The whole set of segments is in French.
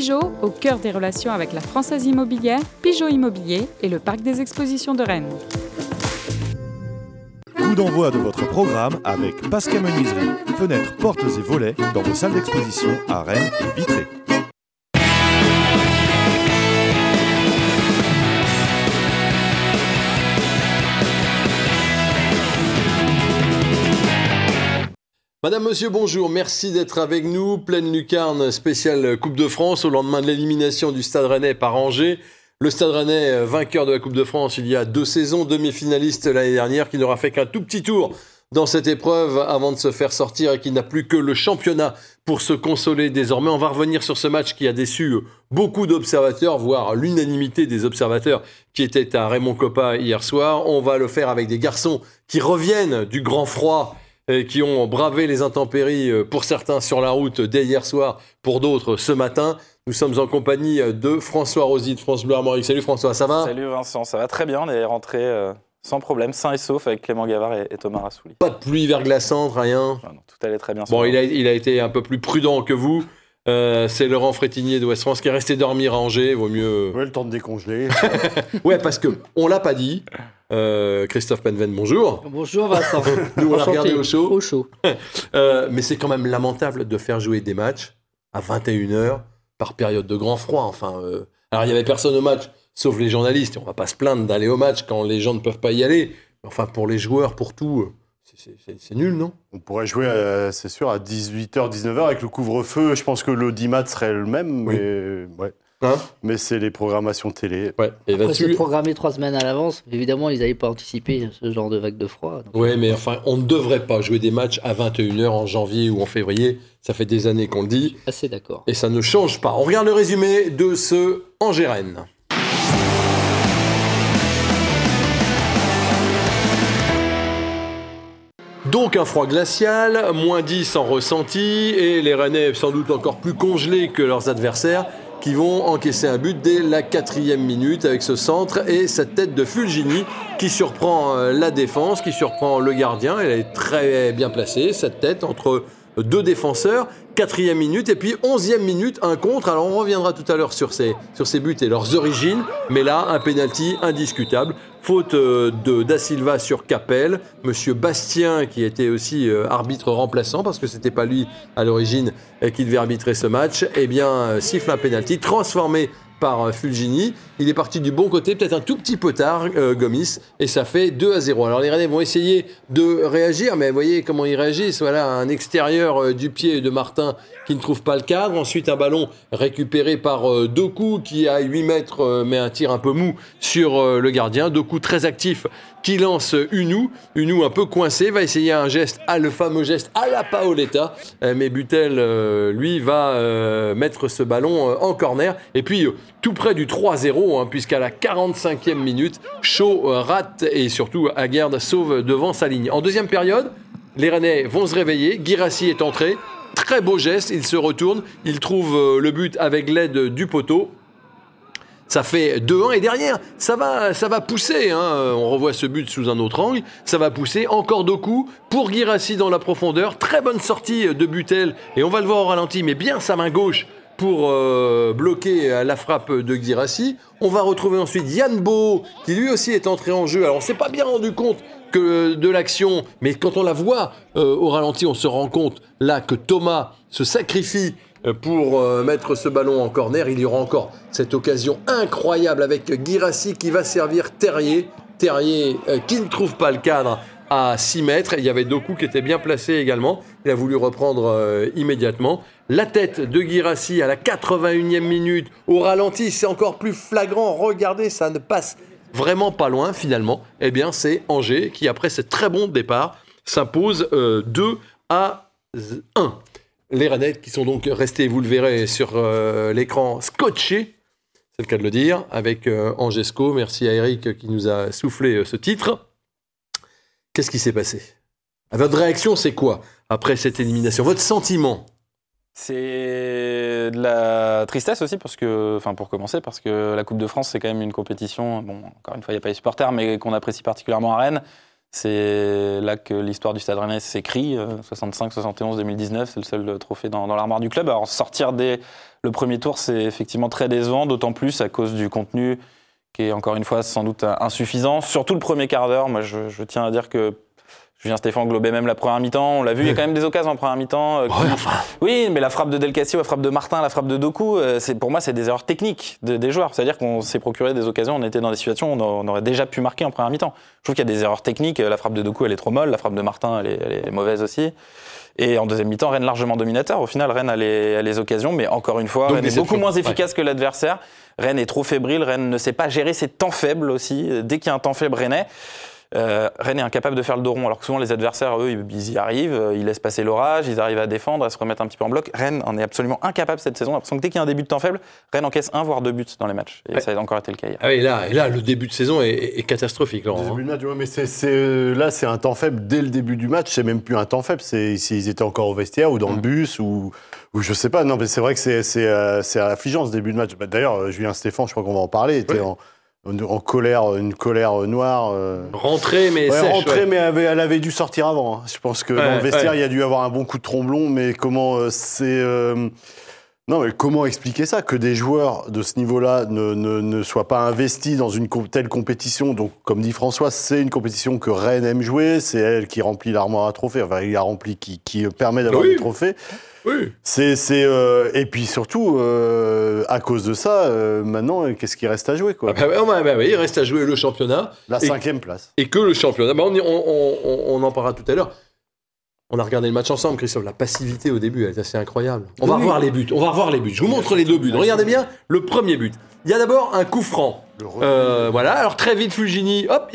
Pigeot, au cœur des relations avec la Française Immobilière, Pigeot Immobilier et le Parc des Expositions de Rennes. Coup d'envoi de votre programme avec Pasca Menuiserie, fenêtres, portes et volets dans vos salles d'exposition à Rennes et Vitré. Madame, monsieur, bonjour, merci d'être avec nous. Pleine lucarne spéciale Coupe de France au lendemain de l'élimination du Stade Rennais par Angers. Le Stade Rennais, vainqueur de la Coupe de France il y a 2 saisons, demi-finaliste l'année dernière, qui n'aura fait qu'un tout petit tour dans cette épreuve avant de se faire sortir et qui n'a plus que le championnat pour se consoler désormais. On va revenir sur ce match qui a déçu beaucoup d'observateurs, voire l'unanimité des observateurs qui étaient à Raymond Kopa hier soir. On va le faire avec des garçons qui reviennent du grand froid et qui ont bravé les intempéries, pour certains sur la route dès hier soir, pour d'autres ce matin. Nous sommes en compagnie de François Rosy de France Bleu Armorique. Salut François, ça va ? Salut Vincent, ça va très bien, on est rentré sans problème, sain et sauf avec Clément Gavard et Thomas Rassouli. Pas de pluie verglaçante, rien ? Non, tout allait très bien. Bon, il a été un peu plus prudent que vous. C'est Laurent Frétinier de Ouest France qui est resté dormir à Angers, vaut mieux... Ouais, le temps de décongeler. Ouais, parce qu'on l'a pas dit. Christophe Penven, bonjour. Bonjour Vincent. Nous, on l'a regardé au chaud. Au chaud. Mais c'est quand même lamentable de faire jouer des matchs à 21h par période de grand froid. Enfin, alors, il n'y avait personne au match, sauf les journalistes. On ne va pas se plaindre d'aller au match quand les gens ne peuvent pas y aller. Mais enfin, pour les joueurs, pour tout... C'est nul, non ? On pourrait jouer, c'est sûr, à 18h, 19h avec le couvre-feu. Je pense que l'audimat serait le même, oui. Mais, ouais. Hein ? Mais c'est les programmations télé. Ouais. Et après, c'est programmé 3 semaines à l'avance. Évidemment, ils n'avaient pas anticipé ce genre de vague de froid. Oui, mais enfin, on ne devrait pas jouer des matchs à 21h en janvier ou en février. Ça fait des années qu'on le dit. Assez d'accord. Et ça ne change pas. On regarde le résumé de ce Angers-Rennes. Donc un froid glacial, moins 10 en ressenti, et les Rennais sans doute encore plus congelés que leurs adversaires, qui vont encaisser un but dès la 4e minute avec ce centre et cette tête de Fulgini qui surprend la défense, qui surprend le gardien. Elle est très bien placée, cette tête, entre 2 défenseurs. 4e minute, et puis 11e minute, un contre. Alors on reviendra tout à l'heure sur ces buts et leurs origines, mais là, un pénalty indiscutable. Faute de Da Silva sur Capel. Monsieur Bastien, qui était aussi arbitre remplaçant, parce que c'était pas lui à l'origine qui devait arbitrer ce match, eh bien, siffle un pénalty transformé par Fulgini. Il est parti du bon côté, peut-être un tout petit peu tard, Gomis, et ça fait 2-0. Alors les Rennais vont essayer de réagir, mais vous voyez comment ils réagissent. Voilà, un extérieur du pied de Martin qui ne trouve pas le cadre. Ensuite, un ballon récupéré par Doku qui à 8 mètres met un tir un peu mou sur le gardien. Doku très actif qui lance Unou. Unou un peu coincé, va essayer un geste, le fameux geste à la Paoletta. Mais Butel, lui, va mettre ce ballon en corner. Et puis, tout près du 3-0, puisqu'à la 45e minute, Shaw rate et surtout Aguerd sauve devant sa ligne. En deuxième période, les Rennais vont se réveiller. Guirassy est entré. Très beau geste, il se retourne. Il trouve le but avec l'aide du poteau. Ça fait 2-1 et derrière, ça va pousser. On revoit ce but sous un autre angle. Ça va pousser encore Doku pour Guirassy dans la profondeur. Très bonne sortie de Butel et on va le voir au ralenti, mais bien sa main gauche pour bloquer la frappe de Guirassy. On va retrouver ensuite Yann Bo qui lui aussi est entré en jeu. Alors on ne s'est pas bien rendu compte de l'action, mais quand on la voit au ralenti, on se rend compte là que Thomas se sacrifie pour mettre ce ballon en corner. Il y aura encore cette occasion incroyable avec Guirassy qui va servir Terrier qui ne trouve pas le cadre à 6 mètres. Il y avait Doku qui était bien placé également. Il a voulu reprendre immédiatement. La tête de Guirassy à la 81e minute. Au ralenti, c'est encore plus flagrant. Regardez, ça ne passe vraiment pas loin finalement. Eh bien, c'est Angers qui, après ce très bon départ, s'impose 2-1. Les Rennais qui sont donc restés, vous le verrez sur l'écran, scotchés, c'est le cas de le dire, avec Angesco. Merci à Eric qui nous a soufflé ce titre. Qu'est-ce qui s'est passé ? Votre réaction, c'est quoi après cette élimination ? Votre sentiment ? C'est de la tristesse aussi, pour commencer, parce que la Coupe de France, c'est quand même une compétition, bon, encore une fois, il n'y a pas les supporters, mais qu'on apprécie particulièrement à Rennes. C'est là que l'histoire du Stade Rennais s'écrit, 65, 71, 2019, c'est le seul trophée dans l'armoire du club. Alors sortir dès le premier tour, c'est effectivement très décevant, d'autant plus à cause du contenu qui est encore une fois sans doute insuffisant. Surtout le premier quart d'heure, moi je tiens à dire que Julien Stéphan globait même la première mi-temps, on l'a vu, il y a quand même des occasions en première mi-temps. Oui, mais la frappe de Del Castillo, la frappe de Martin, la frappe de Doku, pour moi c'est des erreurs techniques des joueurs. C'est-à-dire qu'on s'est procuré des occasions, on était dans des situations où on aurait déjà pu marquer en première mi-temps. Je trouve qu'il y a des erreurs techniques, la frappe de Doku elle est trop molle, la frappe de Martin elle est mauvaise aussi. Et en deuxième mi-temps, Rennes largement dominateur. Au final, Rennes a les occasions, mais encore une fois, Rennes est beaucoup moins efficace que l'adversaire. Rennes est trop fébrile, Rennes ne sait pas gérer ses temps faibles aussi. Dès qu'il y a un temps faible rennais, Rennes est incapable de faire le dos rond, alors que souvent les adversaires, eux, ils y arrivent, ils laissent passer l'orage, ils arrivent à défendre, à se remettre un petit peu en bloc. Rennes en est absolument incapable cette saison. J'ai l'impression que dès qu'il y a un début de temps faible, Rennes encaisse 1 voire 2 buts dans les matchs. Et ça a encore été le cas hier. Ah oui, là, le début de saison est catastrophique, Laurent. Le début de match, ouais, mais là, c'est un temps faible dès le début du match. C'est même plus un temps faible. C'est s'ils étaient encore au vestiaire ou dans le bus ou je sais pas. Non, mais c'est vrai que c'est affligeant ce début de match. Bah, d'ailleurs, Julien Stéphan, je crois qu'on va en parler, était en colère, une colère noire. Rentrée, mais sèche. Rentrée, mais elle avait dû sortir avant. Hein. Je pense que dans le vestiaire, il y a dû avoir un bon coup de tromblon, mais comment Non, mais comment expliquer ça ? Que des joueurs de ce niveau-là ne soient pas investis dans une telle compétition. Donc, comme dit François, c'est une compétition que Rennes aime jouer. C'est elle qui remplit l'armoire à trophées. Enfin, il a rempli, qui permet d'avoir des trophées. Oui. Et puis surtout, à cause de ça, maintenant, qu'est-ce qu'il reste à jouer, quoi ? Oui, il reste à jouer le championnat. La 5e place. Et que le championnat. On en parlera tout à l'heure. On a regardé le match ensemble, Christophe. La passivité au début, elle est assez incroyable. On va revoir les buts. Je vous montre les 2 buts. Regardez bien le premier but. Il y a d'abord un coup franc. Voilà. Alors très vite, Fulgini, hop,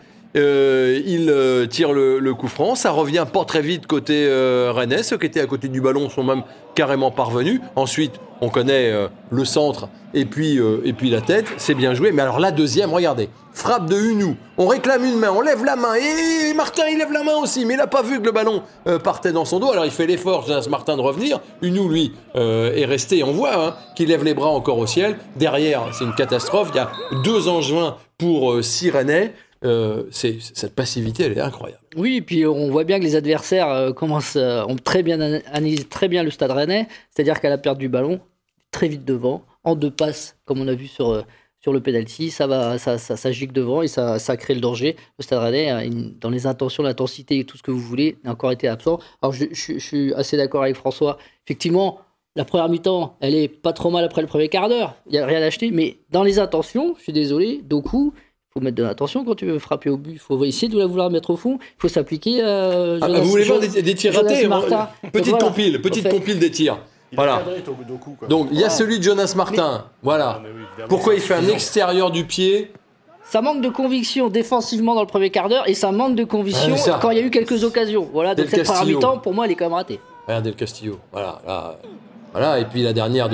il tire le coup franc. Ça revient pas très vite côté Rennais. Ceux qui étaient à côté du ballon sont même carrément parvenus. Ensuite, on connaît le centre et puis la tête. C'est bien joué. Mais alors la deuxième, regardez. Frappe de Hunou. On réclame une main, on lève la main. Et Martin, il lève la main aussi. Mais il n'a pas vu que le ballon partait dans son dos. Alors il fait l'effort, Jonas Martin, de revenir. Hunou, lui, est resté. On voit qu'il lève les bras encore au ciel. Derrière, c'est une catastrophe. Il y a 2 Angevins pour 6 Rennais. Cette passivité, elle est incroyable. Oui, et puis on voit bien que les adversaires ont très bien analysé très bien le Stade Rennais, c'est-à-dire qu'à la perte du ballon, très vite devant, en 2 passes, comme on a vu sur le penalty, ça gicle devant et ça crée le danger. Le Stade Rennais, dans les intentions, l'intensité et tout ce que vous voulez, n'a encore été absent. Alors je suis assez d'accord avec François. Effectivement, la première mi-temps, elle est pas trop mal après le premier quart d'heure. Il n'y a rien à acheter, mais dans les intentions, je suis désolé, Doku, il faut mettre de l'attention quand tu veux frapper au but. Il faut essayer de la vouloir mettre au fond. Il faut s'appliquer. Vous voulez voir des tirs ratés Petite compile des tirs. Voilà. Donc il y a celui de Jonas Martin. Voilà. Pourquoi il fait un extérieur du pied ? Ça manque de conviction défensivement dans le premier quart d'heure et ça manque de conviction quand il y a eu quelques occasions. Voilà. Donc cette première mi-temps, pour moi, elle est quand même ratée. Regardez le Castillo. Voilà. Et puis la dernière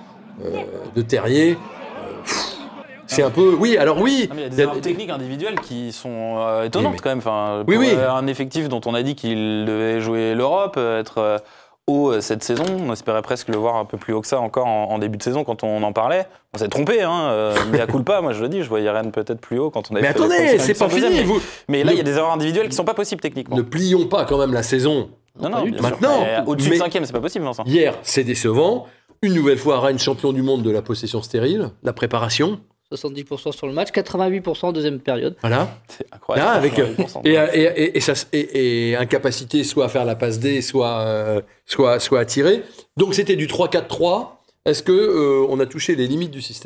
de Terrier. C'est un peu... Oui, alors oui... Il y a des erreurs techniques individuelles qui sont étonnantes quand même. Enfin, un effectif dont on a dit qu'il devait jouer l'Europe, être haut cette saison, on espérait presque le voir un peu plus haut que ça encore en début de saison quand on en parlait. On s'est trompé, mais à culpa, moi je le dis, je voyais Rennes peut-être plus haut quand on avait fait... Mais attendez, c'est pas fini. Mais là, il y a des erreurs individuelles qui sont pas possibles techniquement. Ne plions pas quand même la saison. Non, maintenant. Au-dessus de 5e, c'est pas possible, Vincent. Hier, c'est décevant. Une nouvelle fois, Rennes champion du monde de la possession stérile, la préparation. 70% sur le match, 88% en deuxième période. Voilà. C'est incroyable. Là, et incapacité soit à faire la passe D, soit à tirer. Donc c'était du 3-4-3. Est-ce que on a touché les limites du système ?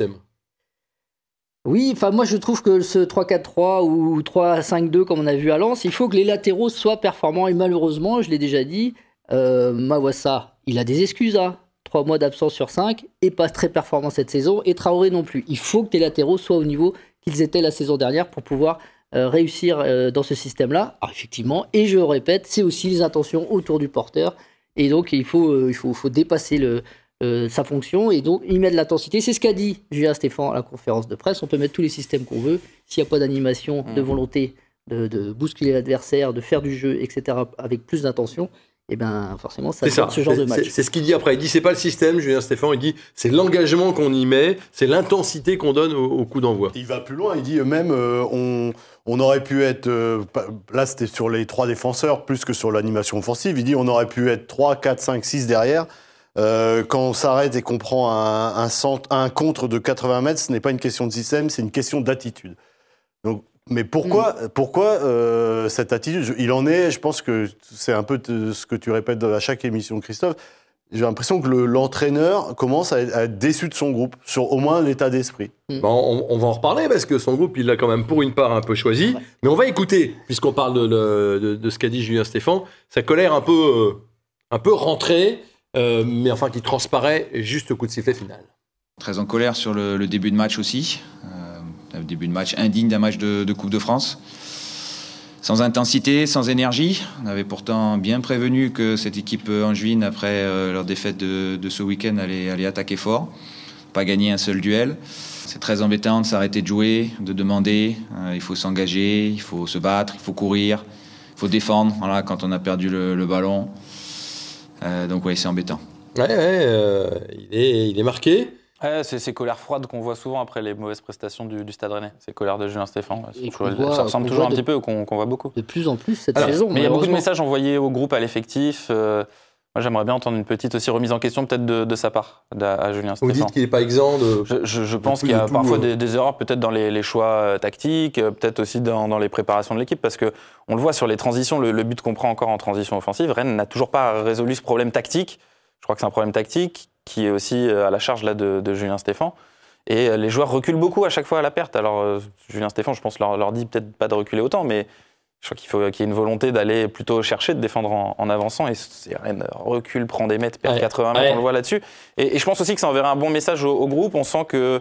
Oui, enfin moi je trouve que ce 3-4-3 ou 3-5-2 comme on a vu à Lens, il faut que les latéraux soient performants et malheureusement, je l'ai déjà dit, Mawassa, il a des excuses 3 mois d'absence sur 5 et pas très performant cette saison, et Traoré non plus. Il faut que tes latéraux soient au niveau qu'ils étaient la saison dernière pour pouvoir réussir dans ce système-là. Alors effectivement, et je répète, c'est aussi les intentions autour du porteur, et donc il faut dépasser sa fonction, et donc il met de l'intensité. C'est ce qu'a dit Julien Stéphan à la conférence de presse. On peut mettre tous les systèmes qu'on veut, s'il n'y a pas d'animation, de volonté de bousculer l'adversaire, de faire du jeu, etc., avec plus d'intention, et ben forcément ça sort ce genre de match. C'est ce qu'il dit après. Il dit c'est pas le système, Julien Stéphan. Il dit c'est l'engagement qu'on y met, c'est l'intensité qu'on donne au coup d'envoi. Il va plus loin. Il dit même on aurait pu être là c'était sur les 3 défenseurs plus que sur l'animation offensive. Il dit on aurait pu être 3, 4, 5, 6 derrière. Quand on s'arrête et qu'on prend un contre de 80 mètres, ce n'est pas une question de système, c'est une question d'attitude. Donc, mais pourquoi cette attitude ? Il en est, je pense que c'est un peu ce que tu répètes à chaque émission, Christophe. J'ai l'impression que l'entraîneur commence à être déçu de son groupe, sur au moins l'état d'esprit. Bon, on va en reparler parce que son groupe, il l'a quand même pour une part un peu choisi. Ouais. Mais on va écouter, puisqu'on parle de ce qu'a dit Julien Stéphan, sa colère un peu rentrée. Mais enfin qui transparaît juste au coup de sifflet final. Très en colère sur le début de match aussi. Un début de match indigne d'un match de Coupe de France. Sans intensité, sans énergie. On avait pourtant bien prévenu que cette équipe angevine, après leur défaite de ce week-end, allait attaquer fort. Pas gagner un seul duel. C'est très embêtant de s'arrêter de jouer, de demander. Il faut s'engager, il faut se battre, il faut courir, il faut défendre quand on a perdu le ballon. Donc oui, c'est embêtant. Il est marqué. C'est ces colères froides qu'on voit souvent après les mauvaises prestations du Stade Rennais. Ces colères de Julien Stéphan. Ça ressemble toujours un petit peu, qu'on voit beaucoup. De plus en plus cette saison. Mais il y a beaucoup de messages envoyés au groupe, à l'effectif. Moi, j'aimerais bien entendre une petite aussi remise en question peut-être de sa part à Julien Stéphan. Vous dites qu'il n'est pas exempt de... Je pense qu'il y a parfois des erreurs peut-être dans les choix tactiques, peut-être aussi dans les préparations de l'équipe, parce qu'on le voit sur les transitions, le but qu'on prend encore en transition offensive, Rennes n'a toujours pas résolu ce problème tactique. Je crois que c'est un problème tactique qui est aussi à la charge là, de Julien Stéphan. Et les joueurs reculent beaucoup à chaque fois à la perte. Alors Julien Stéphan, je pense, leur dit peut-être pas de reculer autant, mais... Je crois qu'il y ait une volonté d'aller plutôt chercher de défendre en avançant. Et Rennes recule, prend des mètres, perd 80 mètres, on le voit là-dessus. Et je pense aussi que ça enverrait un bon message au groupe. On sent que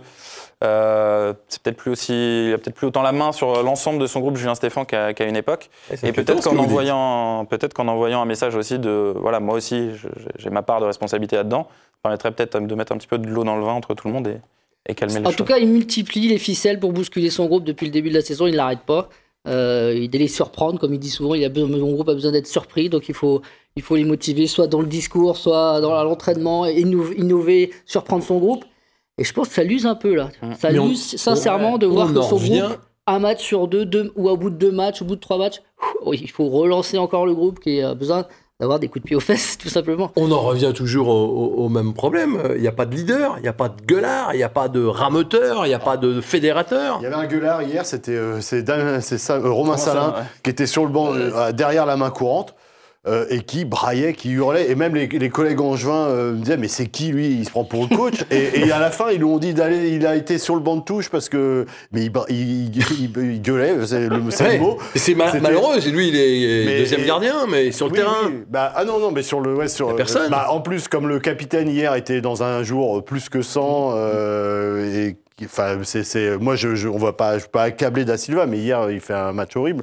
c'est peut-être plus aussi, il a peut-être plus autant la main sur l'ensemble de son groupe, Julien Stéphan, qu'à une époque. Et peut-être qu'en envoyant un message aussi de, voilà, moi aussi, j'ai ma part de responsabilité là-dedans, ça permettrait peut-être de mettre un petit peu de l'eau dans le vin entre tout le monde et calmer les choses. En tout cas, il multiplie les ficelles pour bousculer son groupe depuis le début de la saison. Il ne l'arrête pas. Il doit les surprendre, comme il dit souvent. Mon groupe a besoin d'être surpris, donc il faut les motiver, soit dans le discours, soit dans l'entraînement, innover, surprendre son groupe. Et je pense que ça l'use un peu là. Ça l'use sincèrement de voir que son groupe, un match sur deux, ou au bout de 2 matchs, au bout de 3 matchs, il faut relancer encore le groupe qui a besoin d'avoir des coups de pied aux fesses, tout simplement. On en revient toujours au même problème. Il n'y a pas de leader, il n'y a pas de gueulard, il n'y a pas de rameuteur, il n'y a pas de fédérateur. Il y avait un gueulard hier, c'est Romain Salin, qui était sur le banc derrière la main courante. Et qui braillait, qui hurlait, et même les collègues angevins me disaient mais c'est qui lui, il se prend pour le coach, et à la fin ils lui ont dit d'aller, il a été sur le banc de touche parce que il gueulait, c'est le mot. C'est malheureux, lui il est deuxième gardien, mais sur le terrain. Oui. Non, mais sur le personne. En plus comme le capitaine hier était dans un jour plus que 100 et enfin moi je on va pas accabler Da Silva, mais hier il fait un match horrible.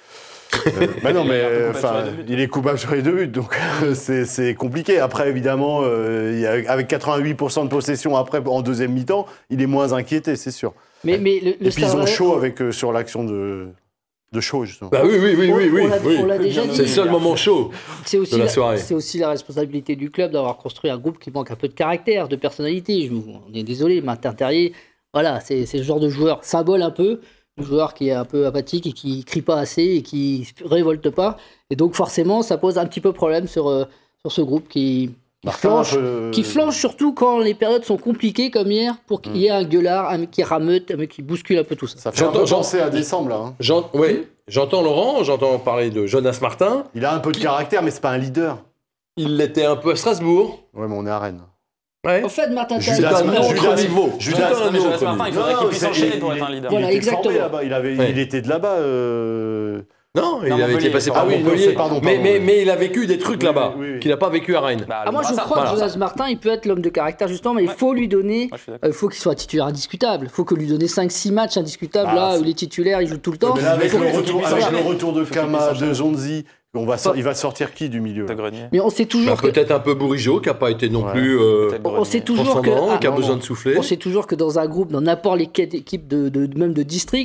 Il est coupable sur les 2 buts, donc c'est compliqué. Après, évidemment, avec 88% de possession après en deuxième mi-temps, il est moins inquiété, c'est sûr. Et puis ils ont chaud sur l'action de chaud, justement. Oui. On l'a déjà dit. C'est le seul moment chaud de la soirée. C'est aussi la responsabilité du club d'avoir construit un groupe qui manque un peu de caractère, de personnalité. On est désolé, Martin Terrier, voilà, c'est le genre de joueur symbole un peu. Un joueur qui est un peu apathique et qui crie pas assez et qui révolte pas. Et donc forcément, ça pose un petit peu problème sur ce groupe qui flanche surtout quand les périodes sont compliquées comme hier, pour qu'il y ait un gueulard, un mec qui rameute, un mec qui bouscule un peu tout ça. Ça fait penser à décembre là. J'entends Laurent, j'entends parler de Jonas Martin. Il a un peu de caractère, mais c'est pas un leader. Il l'était un peu à Strasbourg. Ouais, mais on est à Rennes. Ouais. En fait, Martin Terrier, Jonas Martin, il faudrait qu'il puisse enchaîner pour être un leader. Voilà, exactement. Il était de là-bas. Non, il avait été passé par Montpellier. Mais il a vécu des trucs là-bas qu'il n'a pas vécu à Rennes. Moi, je crois que Jonas Martin, il peut être l'homme de caractère justement, mais il faut lui donner, il faut qu'il soit titulaire indiscutable. Il faut que lui donner 5-6 matchs indiscutables là où les titulaires ils jouent tout le temps. Mais là, avec le retour de Kama, de Zonzi. Il va sortir qui du milieu? Mais on sait toujours peut-être un peu Bourigeaud qui n'a pas été non plus on sait toujours qui a besoin de souffler. On sait toujours que dans un groupe, dans n'importe quelle équipe même de district,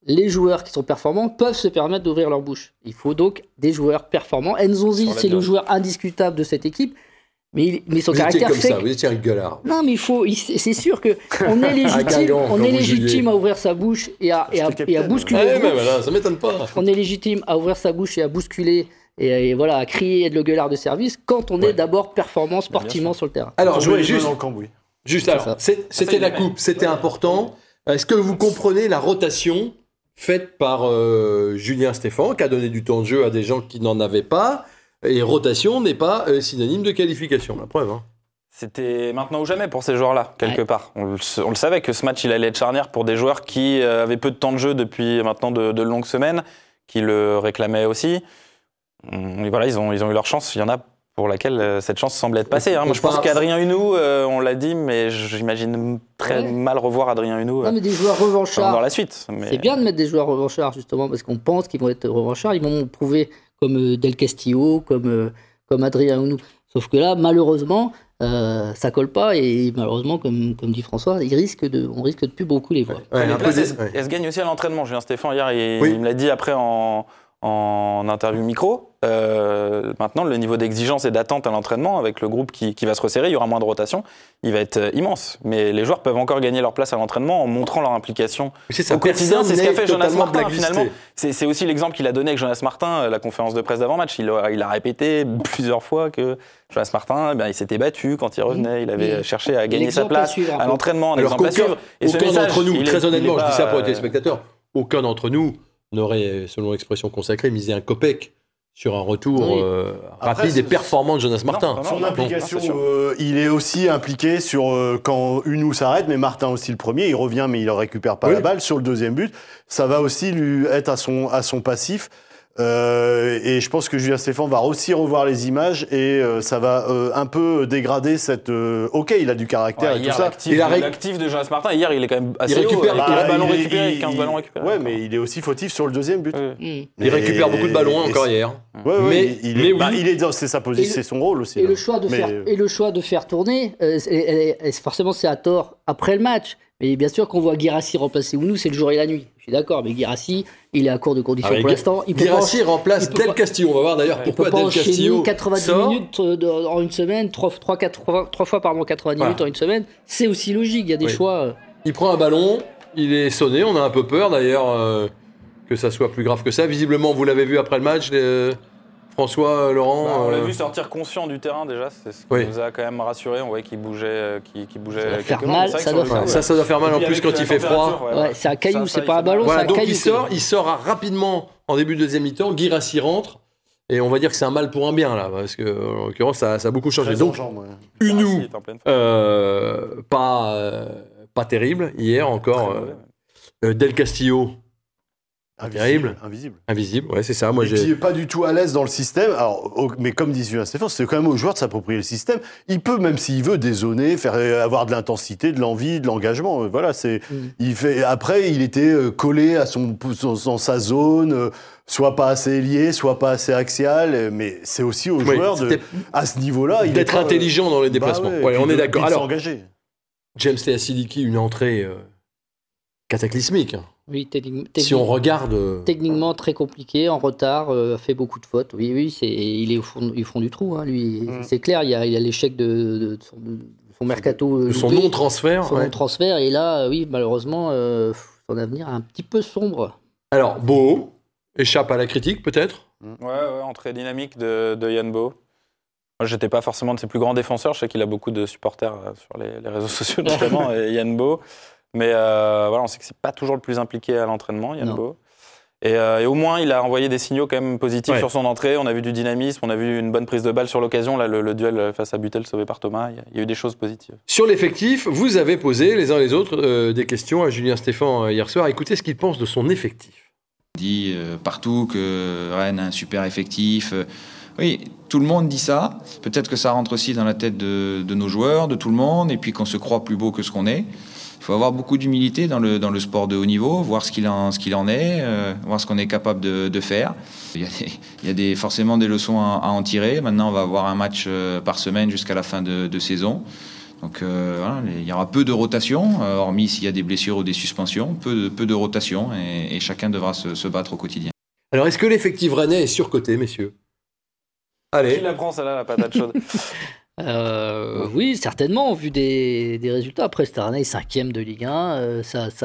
les joueurs qui sont performants peuvent se permettre d'ouvrir leur bouche. Il faut donc des joueurs performants. Nzonzi, c'est le joueur indiscutable de cette équipe. Mais son caractère fait. Vous étiez un gueulard. Non, mais c'est sûr qu'on est légitime à ouvrir sa bouche et à bousculer. Mais voilà, ça m'étonne pas. On est légitime à ouvrir sa bouche et à bousculer et voilà, à crier et être le gueulard de service quand on est d'abord performant sportivement sur le terrain. Alors, je voulais juste alors, c'était la coupe, c'était important. Est-ce que vous comprenez la rotation faite par Julien Stéphan, qui a donné du temps de jeu à des gens qui n'en avaient pas? Et rotation n'est pas synonyme de qualification, la preuve. Hein. C'était maintenant ou jamais pour ces joueurs-là, quelque part. On le savait que ce match, il allait être charnière pour des joueurs qui avaient peu de temps de jeu depuis maintenant de longues semaines, qui le réclamaient aussi. Et voilà, ils ont eu leur chance. Il y en a pour laquelle cette chance semble être passée. Moi, je pense qu'Adrien Hunou, on l'a dit, mais j'imagine très mal revoir Adrien Hunou mais des joueurs revanchards dans la suite. Mais... C'est bien de mettre des joueurs revanchards, justement, parce qu'on pense qu'ils vont être revanchards. Ils vont prouver comme Del Castillo, comme Adrien Hunou. Sauf que là, malheureusement, ça colle pas. Et malheureusement, comme dit François, on risque de plus beaucoup les voir. Elle se gagne aussi à l'entraînement. Julien Stéphan, hier, il me l'a dit après en interview micro. Maintenant, le niveau d'exigence et d'attente à l'entraînement avec le groupe qui va se resserrer, il y aura moins de rotation, il va être immense. Mais les joueurs peuvent encore gagner leur place à l'entraînement en montrant leur implication au quotidien. C'est ce qu'a fait Jonas Martin, finalement. C'est aussi l'exemple qu'il a donné avec Jonas Martin, la conférence de presse d'avant-match. Il a répété plusieurs fois que Jonas Martin, il s'était battu quand il revenait, il avait cherché à gagner sa place à l'entraînement, un exemple à suivre. Et aucun d'entre nous, très honnêtement, je dis ça pour les téléspectateurs, aucun d'entre nous n'aurait, selon l'expression consacrée, misé un copec sur un retour rapide et performant de Jonas Martin. Son implication, il est aussi impliqué sur quand Hunou s'arrête, mais Martin aussi le premier, il revient mais il ne récupère pas la balle sur le deuxième but. Ça va aussi lui être à son passif. Et je pense que Julien Stéphan va aussi revoir les images et ça va un peu dégrader cette... Ok, il a du caractère et tout ça. L'actif de Jonas Martin, hier, il est quand même assez haut. 15 ballons récupérés. Ouais, mais il est aussi fautif sur le deuxième but. Il récupère beaucoup de ballons encore hier. Mais c'est sa position, c'est son rôle aussi. Et le choix de faire tourner, forcément c'est à tort après le match. Mais bien sûr qu'on voit Guirassy remplacer Hunou, c'est le jour et la nuit. Je suis d'accord, mais Guirassy, il est à court de conditions pour l'instant. Guirassy remplace Del Castillo. On va voir d'ailleurs pourquoi Del Castillo 90 minutes en une semaine, 3 fois 90 minutes en une semaine. C'est aussi logique, il y a des choix. Il prend un ballon, il est sonné, on a un peu peur d'ailleurs que ça soit plus grave que ça. Visiblement, vous l'avez vu après le match, François, Laurent. On l'a vu sortir conscient du terrain déjà, c'est ce qui nous a quand même rassuré. On voyait qu'il bougeait, ça doit faire mal, ça doit faire mal en plus quand il fait froid. C'est un caillou, c'est pas un ballon, c'est un donc caillou. Il sort rapidement en début de deuxième mi-temps. Guirassy rentre et on va dire que c'est un mal pour un bien là, parce que en l'occurrence ça a beaucoup changé. Donc Hunou, pas terrible hier encore. Del Castillo. Invisible, ouais, c'est ça. Moi, qui est pas du tout à l'aise dans le système. Mais comme dit Julien Stéphan, c'est quand même au joueur de s'approprier le système. Il peut, même s'il veut, dézonner, avoir de l'intensité, de l'envie, de l'engagement. Voilà, Après, il était collé à dans sa zone, soit pas assez lié, soit pas assez axial. Mais c'est aussi au joueur à ce niveau-là, d'être intelligent dans les déplacements. On est d'accord. Alors, s'engager. James Teasiliki, une entrée cataclysmique. Oui, si on regarde... Techniquement très compliqué, en retard, fait beaucoup de fautes. Oui, il est au fond du trou. Lui, c'est clair, il y a l'échec de son mercato. Son non-transfert. Son non-transfert, et là, oui, malheureusement, son avenir est un petit peu sombre. Alors, Bo échappe à la critique, peut-être ? Ouais, entrée dynamique de Yann Bo. Moi, j'étais pas forcément de ses plus grands défenseurs. Je sais qu'il a beaucoup de supporters sur les réseaux sociaux, notamment, Yann Bo. Mais on sait que c'est pas toujours le plus impliqué à l'entraînement, Yann Bo. Et au moins, il a envoyé des signaux quand même positifs sur son entrée. On a vu du dynamisme, on a vu une bonne prise de balle sur l'occasion. Là, le duel face à Butel sauvé par Thomas, il y a eu des choses positives. Sur l'effectif, vous avez posé les uns les autres des questions à Julien Stéphan hier soir. Écoutez ce qu'il pense de son effectif. On dit partout que Rennes a un super effectif. Oui, tout le monde dit ça. Peut-être que ça rentre aussi dans la tête de nos joueurs, de tout le monde, et puis qu'on se croit plus beau que ce qu'on est. Il faut avoir beaucoup d'humilité dans le sport de haut niveau, voir ce qu'il en est, voir ce qu'on est capable de faire. Il y a forcément des leçons à en tirer. Maintenant, on va avoir un match par semaine jusqu'à la fin de saison. Donc voilà, il y aura peu de rotation, hormis s'il y a des blessures ou des suspensions, peu de rotation et chacun devra se battre au quotidien. Alors, est-ce que l'effectif rennais est surcoté, messieurs? Allez. Qui la prend, celle-là, la patate chaude? Oui, certainement, vu des résultats. Après, Stade Rennais est 5e de Ligue 1,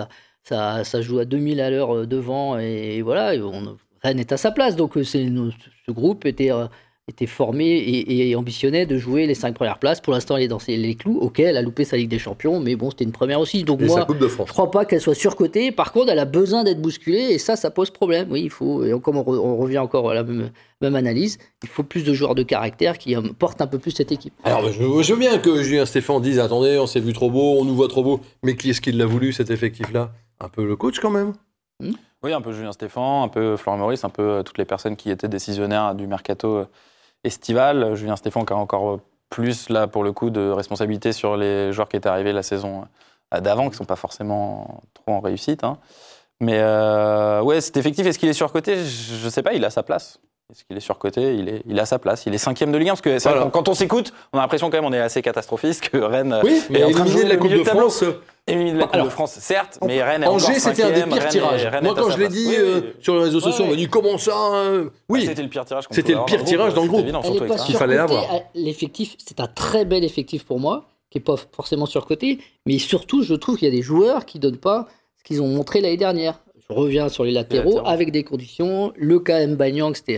ça joue à 2000 à l'heure devant, et voilà, Rennes est à sa place. Donc ce groupe était formé et ambitionnait de jouer les 5 premières places. Pour l'instant, elle est dans les clous. Ok, elle a loupé sa Ligue des Champions, mais bon, c'était une première aussi. Donc moi, je crois pas qu'elle soit surcotée. Par contre, elle a besoin d'être bousculée, et ça pose problème. Oui, il faut, et comme on revient encore à la même analyse, il faut plus de joueurs de caractère qui portent un peu plus cette équipe. Alors, je veux bien que Julien Stéphan dise, attendez, on s'est vu trop beau, on nous voit trop beau, mais qui est-ce qui l'a voulu, cet effectif-là? Un peu le coach, quand même. Oui, un peu Julien Stéphan, un peu Florent Maurice, un peu toutes les personnes qui étaient décisionnaires du mercato estival. Julien Stéphan qui a encore plus, là, pour le coup, de responsabilité sur les joueurs qui étaient arrivés la saison d'avant, qui ne sont pas forcément trop en réussite. Hein. Mais ouais, cet effectif, est-ce qu'il est surcoté? Je ne sais pas, il a sa place. Est-ce qu'il est surcoté? Il a sa place. Il est 5e de Ligue 1, parce que voilà. Quand on s'écoute, on a l'impression quand même on est assez catastrophiste, que Rennes est en train de jouer de la Coupe de France. Éliminé de la Coupe de France, certes, mais Rennes est encore 5e. Angers, c'était un des pires tirages. Moi, quand je l'ai dit sur les réseaux sociaux, on m'a dit comment ça Oui, c'était le pire tirage. C'était le pire tirage dans le groupe. Il fallait l'avoir. L'effectif, c'est un très bel effectif pour moi, qui n'est pas forcément surcoté, mais surtout, je trouve qu'il y a des joueurs qui ne donnent pas ce qu'ils ont montré l'année dernière. Je reviens sur les latéraux avec des conditions. Le cas Mbanyang, ça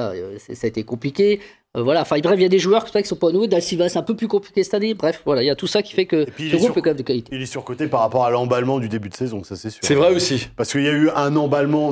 a été compliqué. Voilà, enfin bref, il y a des joueurs qui sont pas nouveaux. Dalciva, c'est un peu plus compliqué cette année. Bref, voilà, il y a tout ça qui fait que ce groupe est quand même de qualité. Il est surcoté par rapport à l'emballement du début de saison, ça c'est sûr. C'est vrai aussi. Parce qu'il y a eu un emballement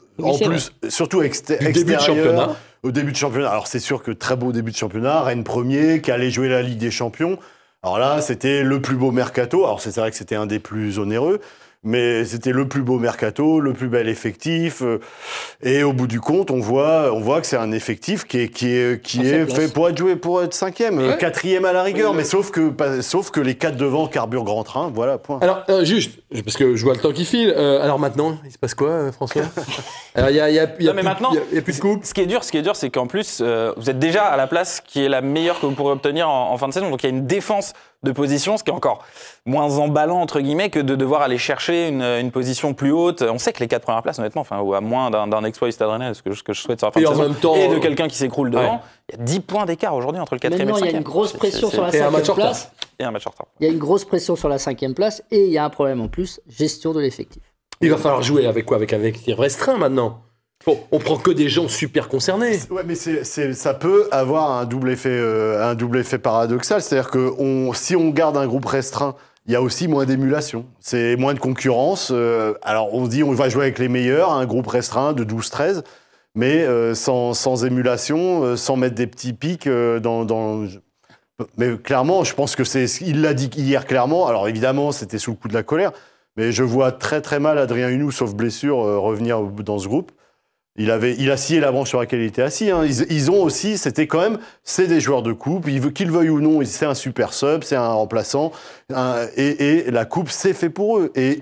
surtout extérieur au début de championnat. Alors c'est sûr que très beau début de championnat, Rennes premier, qui allait jouer la Ligue des Champions. Alors là, c'était le plus beau mercato. Alors c'est vrai que c'était un des plus onéreux. Mais c'était le plus beau mercato, le plus bel effectif. Et au bout du compte, on voit que c'est un effectif qui est fait pour être 5e, 4e à la rigueur. Mais sauf que les 4 devant carburent grand train. Voilà, point. Alors, juste, parce que je vois le temps qui file. Alors maintenant, il se passe quoi, François? Alors, il y a plus de coupe. Ce qui est dur, c'est qu'en plus, vous êtes déjà à la place qui est la meilleure que vous pourrez obtenir en fin de saison. Donc il y a une défense de position, ce qui est encore moins emballant, entre guillemets, que de devoir aller chercher une position plus haute. On sait que les 4 premières places, honnêtement, ou à moins d'un exploit du Stade Rennais, ce que je souhaite sur la fin de saison, et de quelqu'un qui s'écroule devant, il y a 10 points d'écart aujourd'hui entre le 4e et le 5e. Maintenant, il y a une grosse pression sur la 5e place. Et un match en retard. Il y a une grosse pression sur la 5e place, et il y a un problème en plus, gestion de l'effectif. Il va falloir jouer avec quoi? Avec un effectif restreint maintenant. Bon, on prend que des gens super concernés. Ouais, mais ça peut avoir un double effet paradoxal. C'est-à-dire que si on garde un groupe restreint, il y a aussi moins d'émulation. C'est moins de concurrence. Alors, on se dit, on va jouer avec les meilleurs, un groupe restreint de 12-13, mais sans émulation, sans mettre des petits pics dans... Mais clairement, je pense que il l'a dit hier clairement. Alors, évidemment, c'était sous le coup de la colère, mais je vois très, très mal Adrien Hunou, sauf blessure, revenir dans ce groupe. Il a scié la branche sur laquelle il était assis. Hein. Ils ont aussi, c'est des joueurs de coupe. Qu'ils veuillent ou non, c'est un super sub, c'est un remplaçant. Et la coupe, c'est fait pour eux. Et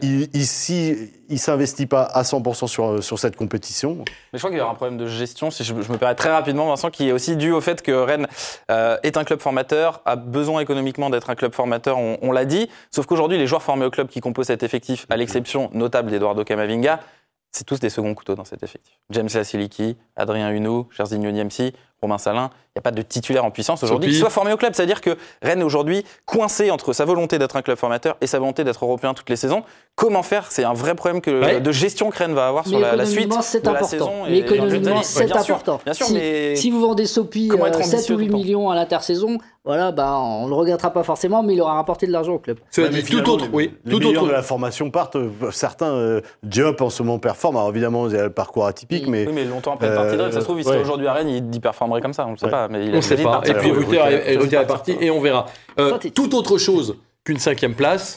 il s'investit pas à 100% sur cette compétition. Mais je crois qu'il y aura un problème de gestion, si je me permets très rapidement, Vincent, qui est aussi dû au fait que Rennes est un club formateur, a besoin économiquement d'être un club formateur, on l'a dit. Sauf qu'aujourd'hui, les joueurs formés au club qui composent cet effectif, à l'exception notable d'Eduardo Camavinga, c'est tous des seconds couteaux dans cet effectif. James Lasiliki, Adrien Hunou, Jairzinho Niemsi, Romain Salin, il n'y a pas de titulaire en puissance aujourd'hui qui soit formé au club. C'est-à-dire que Rennes est aujourd'hui coincé entre sa volonté d'être un club formateur et sa volonté d'être européen toutes les saisons. Comment faire? C'est un vrai problème de gestion que Rennes va avoir sur la suite de la saison. Mais économiquement, c'est important. Bien sûr, si vous vendez Sopi 7 ou 8 millions à l'intersaison, voilà, on ne le regrettera pas forcément, mais il aura rapporté de l'argent au club. Les meilleurs de la formation partent. Certains, Diop en ce moment performent. Alors évidemment, il y a le parcours atypique, mais... Oui, mais longtemps après le parti de Rennes, ça se trouve, il serait aujourd'hui à Rennes, il performerait comme ça, on ne sait pas. Mais on ne sait pas. Et puis Rutter est parti et on verra. Toute autre chose qu'une 5e place,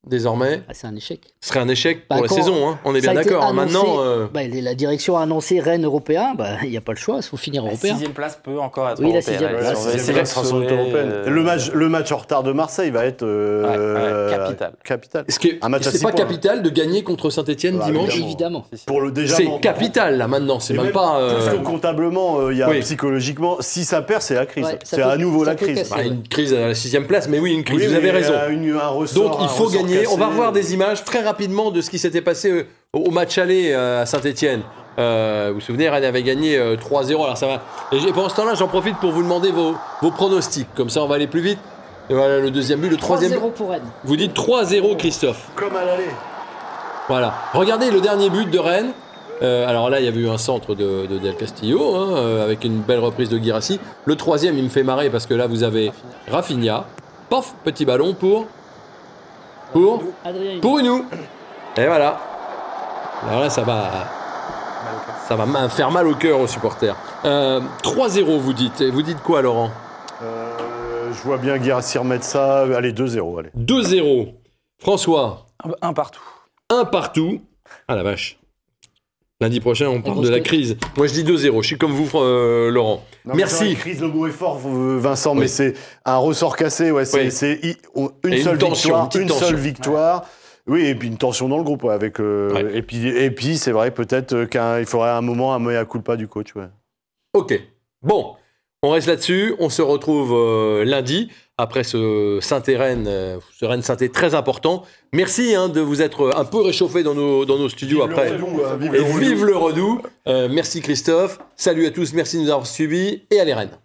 désormais, C'est un échec. ce serait un échec pour la Quand saison, hein. On est ça bien a été d'accord. annoncé, Maintenant, la direction a annoncé Rennes européen, il n'y a pas le choix, il faut finir La européen. 6e place peut encore être Oui, la européenne. 6e place. La On va 6e essayer place de sera sans doute sauver, européenne. Le match en retard de Marseille va être capital. est-ce que Un match à c'est 6 pas points. capital de gagner contre Saint-Etienne Bah, dimanche? Évidemment. Pour le déjà C'est mental. capital là maintenant, c'est Et même même pas. plus que comptablement, il y a Oui. psychologiquement, si ça perd, c'est la crise. Ouais, ça c'est peut- à nouveau ça la peut crise. casser. Bah, une crise à la 6e place, mais oui, une crise, Oui, vous avez mais, raison. un ressort, Donc il un faut ressort gagner. On va cassé. revoir des images très rapidement de ce qui s'était passé au match aller à Saint-Etienne. Vous vous souvenez, Rennes avait gagné 3-0. Alors ça va. Et pendant ce temps-là, j'en profite pour vous demander vos pronostics. Comme ça, on va aller plus vite. Et voilà le deuxième but, le troisième. 3-0 pour Rennes. Vous dites 3-0, Christophe. Comme à l'aller. Voilà. Regardez le dernier but de Rennes. Alors là, il y avait eu un centre de Del Castillo, avec une belle reprise de Guirassy. Le troisième, il me fait marrer parce que là, vous avez Rafinha. Pof, petit ballon pour Adrien, Unou. Et voilà. Alors là, ça va faire mal au cœur aux supporters. 3-0, vous dites. Et vous dites quoi, Laurent? Je vois bien Guirassy remettre ça. Allez, 2-0. Allez. 2-0. François, Un partout. 1 partout. Ah la vache. Lundi prochain, on parle de la grosse crise. Moi, je dis 2-0. Je suis comme vous, Laurent. Non, mais c'est vrai, Merci. crise, le mot est fort, Vincent, Oui. mais c'est un ressort cassé. Ouais, Oui. c'est Et une une seule tension, victoire. une petite Une tension. seule victoire. Oui, et puis une tension dans le groupe. Ouais, avec, Ouais. Et puis c'est vrai, peut-être qu'il faudrait à un moment un mea culpa du coach. Ouais. Ok. Bon, on reste là-dessus. On se retrouve lundi après ce Saint-Rennes, ce Rennes-Saint-Étienne très important. Merci de vous être un peu réchauffé dans nos studios après. Et vive le Redoux. Merci Christophe. Salut à tous. Merci de nous avoir suivis. Et allez Rennes.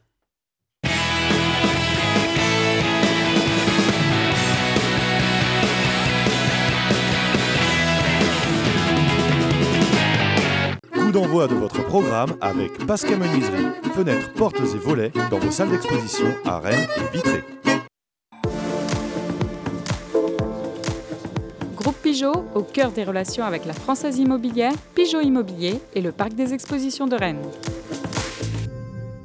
Coup d'envoi de votre programme avec Pascal Menuiserie, fenêtres, portes et volets dans vos salles d'exposition à Rennes et Vitré. Groupe Pigeot, au cœur des relations avec la Française Immobilière, Pigeot Immobilier et le Parc des Expositions de Rennes.